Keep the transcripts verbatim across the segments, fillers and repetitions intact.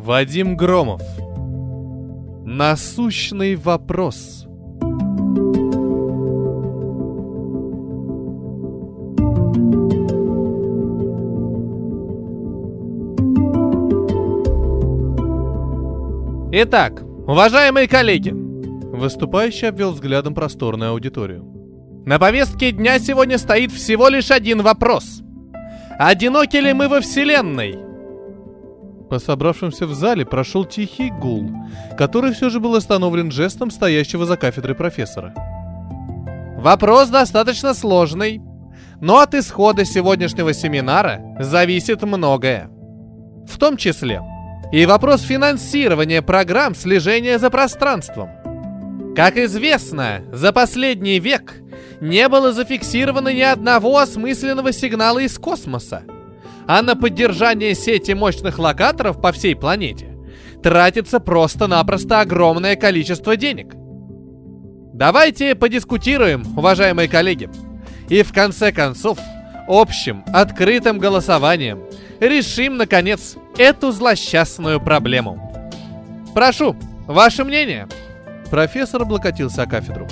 Вадим Громов. Насущный вопрос. Итак, уважаемые коллеги, выступающий обвел взглядом просторную аудиторию. На повестке дня сегодня стоит всего лишь один вопрос. Одиноки ли мы во Вселенной? По собравшимся в зале прошел тихий гул, который все же был остановлен жестом стоящего за кафедрой профессора. Вопрос достаточно сложный, но от исхода сегодняшнего семинара зависит многое. В том числе и вопрос финансирования программ слежения за пространством. Как известно, за последний век не было зафиксировано ни одного осмысленного сигнала из космоса, а на поддержание сети мощных локаторов по всей планете тратится просто-напросто огромное количество денег. Давайте подискутируем, уважаемые коллеги, и в конце концов общим открытым голосованием решим, наконец, эту злосчастную проблему. Прошу, ваше мнение. Профессор облокотился о кафедру.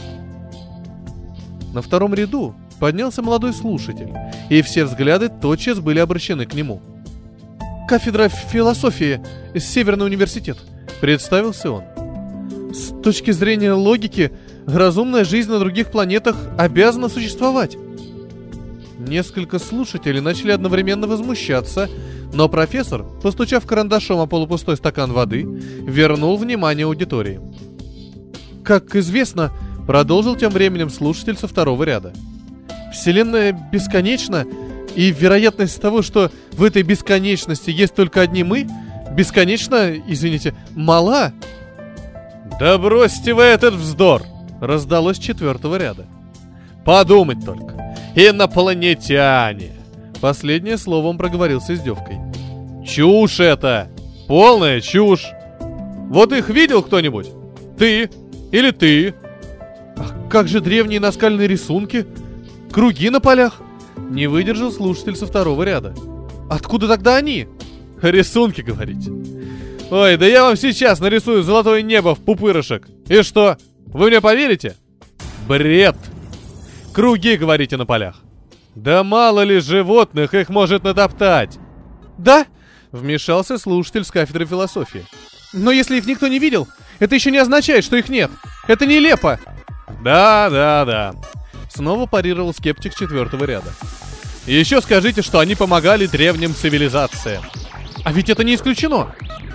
На втором ряду поднялся молодой слушатель, и все взгляды тотчас были обращены к нему. «Кафедра философии, Северный университет», — представился он. «С точки зрения логики, разумная жизнь на других планетах обязана существовать». Несколько слушателей начали одновременно возмущаться, но профессор, постучав карандашом о полупустой стакан воды, вернул внимание аудитории. «Как известно», — продолжил тем временем слушатель со второго ряда, «Вселенная бесконечна, и вероятность того, что в этой бесконечности есть только одни мы, бесконечно, извините, мала». «Да бросьте вы этот вздор!» — раздалось с четвертого ряда. «Подумать только! Инопланетяне!» Последнее слово он проговорил с издевкой. «Чушь это! Полная чушь! Вот их видел кто-нибудь? Ты? Или ты?» «А как же древние наскальные рисунки? Круги на полях?» Не выдержал слушатель со второго ряда. «Откуда тогда они?» «Рисунки, говорите? Ой, да я вам сейчас нарисую золотое небо в пупырышек. И что, вы мне поверите? Бред! Круги, говорите, на полях. Да мало ли животных их может натоптать!» «Да?» — вмешался слушатель с кафедры философии. «Но если их никто не видел, это еще не означает, что их нет. Это нелепо!» «Да, да, да!» Снова парировал скептик четвертого ряда. «Еще скажите, что они помогали древним цивилизациям». «А ведь это не исключено!»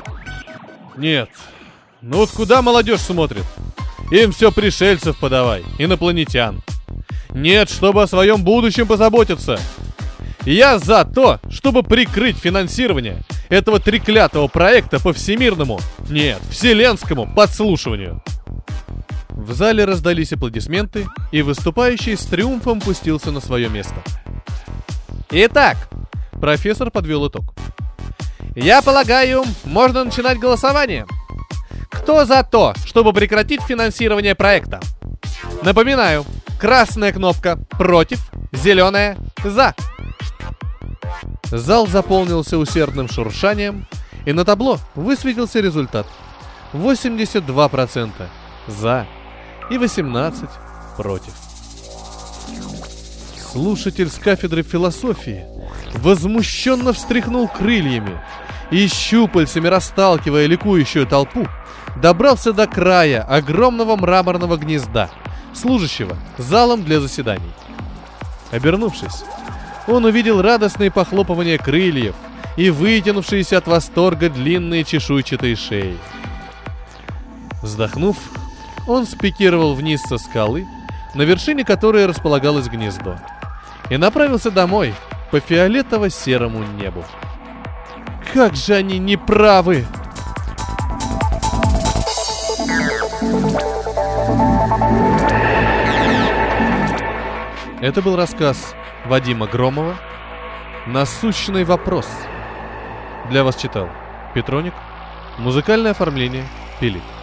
«Нет. Ну вот куда молодежь смотрит? Им все пришельцев подавай, инопланетян. Нет, чтобы о своем будущем позаботиться. Я за то, чтобы прикрыть финансирование этого треклятого проекта по всемирному, нет, вселенскому подслушиванию». В зале раздались аплодисменты, и выступающий с триумфом пустился на свое место. «Итак», — профессор подвел итог, «я полагаю, можно начинать голосование. Кто за то, чтобы прекратить финансирование проекта? Напоминаю, красная кнопка против, зеленая за». Зал заполнился усердным шуршанием, и на табло высветился результат. восемьдесят два процента за и восемнадцать против. Слушатель с кафедры философии возмущенно встряхнул крыльями и, щупальцами расталкивая ликующую толпу, добрался до края огромного мраморного гнезда, служащего залом для заседаний. Обернувшись, он увидел радостные похлопывания крыльев и вытянувшиеся от восторга длинные чешуйчатые шеи. Вздохнув, он спикировал вниз со скалы, на вершине которой располагалось гнездо, и направился домой по фиолетово-серому небу. Как же они неправы! Это был рассказ Вадима Громова «Насущный вопрос». Для вас читал Петроник. Музыкальное оформление Пилик.